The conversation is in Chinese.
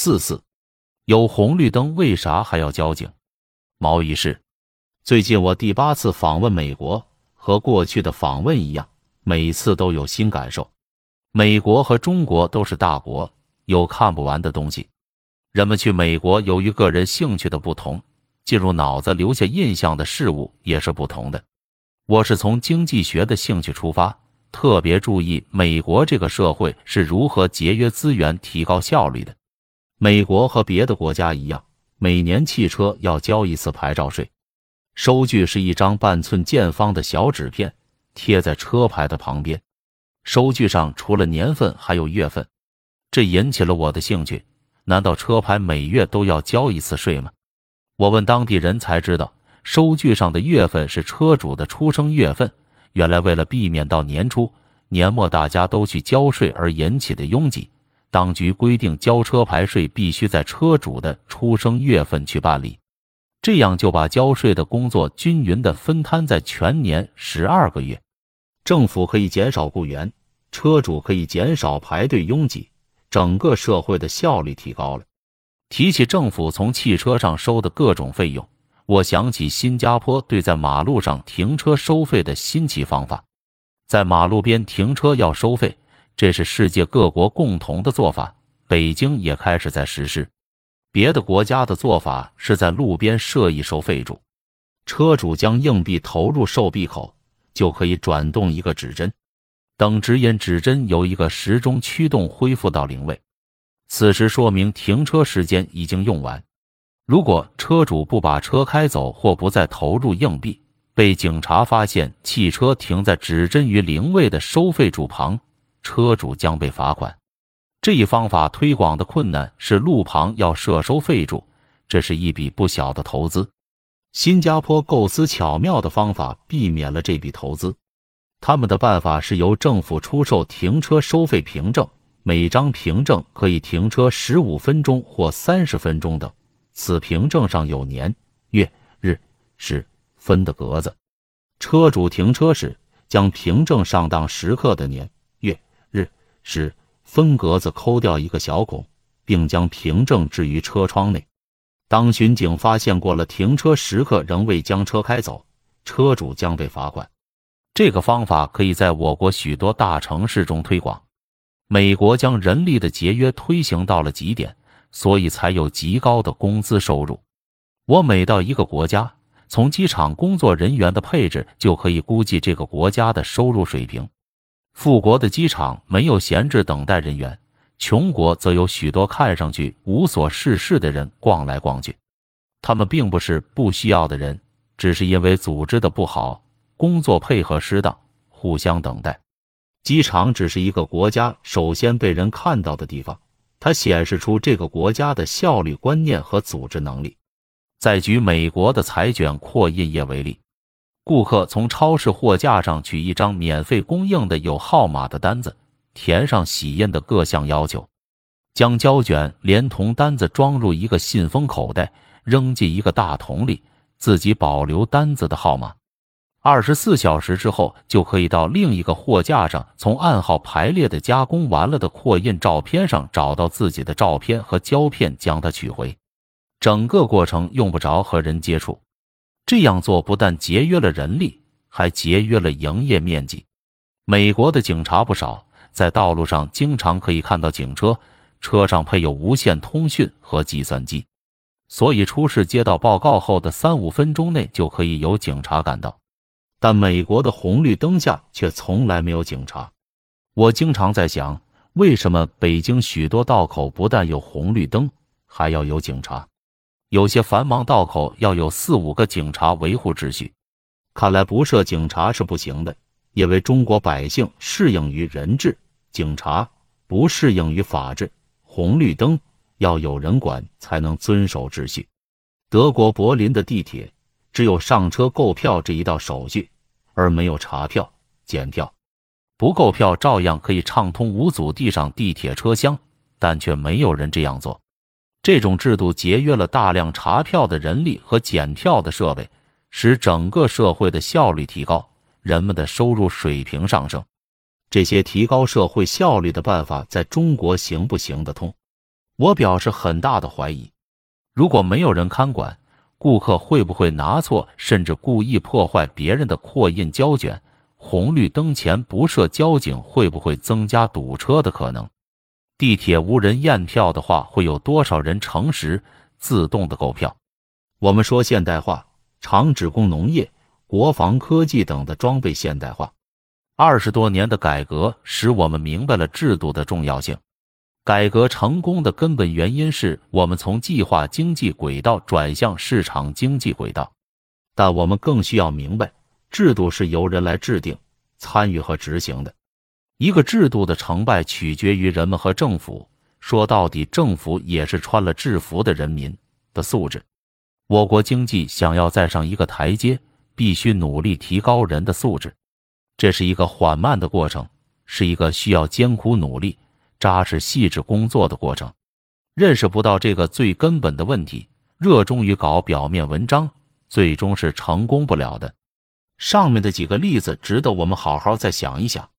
44有红绿灯为啥还要交警？毛一事。最近我第8次访问美国，和过去的访问一样，每次都有新感受。美国和中国都是大国，有看不完的东西。人们去美国由于个人兴趣的不同，进入脑子留下印象的事物也是不同的。我是从经济学的兴趣出发，特别注意美国这个社会是如何节约资源提高效率的。美国和别的国家一样，每年汽车要交一次牌照税，收据是一张半寸见方的小纸片，贴在车牌的旁边。收据上除了年份还有月份，这引起了我的兴趣。难道车牌每月都要交一次税吗？我问当地人才知道，收据上的月份是车主的出生月份，原来为了避免到年初、年末大家都去交税而引起的拥挤，当局规定交车牌税必须在车主的出生月份去办理，这样就把交税的工作均匀地分摊在全年12个月。政府可以减少雇员，车主可以减少排队拥挤，整个社会的效率提高了。提起政府从汽车上收的各种费用，我想起新加坡对在马路上停车收费的新奇方法。在马路边停车要收费，这是世界各国共同的做法，北京也开始在实施。别的国家的做法是在路边设一收费柱，车主将硬币投入收币口，就可以转动一个指针，等指引指针由一个时钟驱动恢复到0位，此时说明停车时间已经用完。如果车主不把车开走或不再投入硬币，被警察发现汽车停在指针于0位的收费柱旁，车主将被罚款。这一方法推广的困难是路旁要设收费柱，这是一笔不小的投资。新加坡构思巧妙的方法避免了这笔投资。他们的办法是由政府出售停车收费凭证，每张凭证可以停车15分钟或30分钟等，此凭证上有年、月、日、时、分的格子。车主停车时，将凭证上当时刻的年、月、日、时、分格子抠掉一个小孔，并将凭证置于车窗内。当巡警发现过了停车时刻仍未将车开走，车主将被罚款。这个方法可以在我国许多大城市中推广。美国将人力的节约推行到了极点，所以才有极高的工资收入。我每到一个国家，从机场工作人员的配置就可以估计这个国家的收入水平。富国的机场没有闲置等待人员，穷国则有许多看上去无所事事的人逛来逛去。他们并不是不需要的人，只是因为组织的不好，工作配合失当，互相等待。机场只是一个国家首先被人看到的地方，它显示出这个国家的效率观念和组织能力。再举美国的彩卷扩印业为例，顾客从超市货架上取一张免费供应的有号码的单子，填上洗印的各项要求，将胶卷连同单子装入一个信封口袋，扔进一个大桶里，自己保留单子的号码。24小时之后就可以到另一个货架上，从暗号排列的加工完了的扩印照片上找到自己的照片和胶片，将它取回。整个过程用不着和人接触。这样做不但节约了人力，还节约了营业面积。美国的警察不少，在道路上经常可以看到警车，车上配有无线通讯和计算机，所以出事接到报告后的3-5分钟内就可以有警察赶到。但美国的红绿灯下却从来没有警察。我经常在想，为什么北京许多道口不但有红绿灯，还要有警察？有些繁忙道口要有4-5个警察维护秩序。看来不设警察是不行的，因为中国百姓适应于人治，警察不适应于法治。红绿灯要有人管才能遵守秩序。德国柏林的地铁只有上车购票这一道手续，而没有查票、检票。不购票照样可以畅通无阻地上地铁车厢，但却没有人这样做。这种制度节约了大量查票的人力和检票的设备，使整个社会的效率提高，人们的收入水平上升。这些提高社会效率的办法在中国行不行得通？ 我表示很大的怀疑。如果没有人看管，顾客会不会拿错甚至故意破坏别人的扩印胶卷？红绿灯前不设交警会不会增加堵车的可能？地铁无人验票的话，会有多少人诚实自动的购票？我们说现代化，常指供农业、国防科技等的装备现代化。20多年的改革使我们明白了制度的重要性。改革成功的根本原因是我们从计划经济轨道转向市场经济轨道。但我们更需要明白，制度是由人来制定、参与和执行的。一个制度的成败取决于人们和政府，说到底，政府也是穿了制服的人民的素质。我国经济想要再上一个台阶，必须努力提高人的素质。这是一个缓慢的过程，是一个需要艰苦努力、扎实细致工作的过程。认识不到这个最根本的问题，热衷于搞表面文章，最终是成功不了的。上面的几个例子值得我们好好再想一想。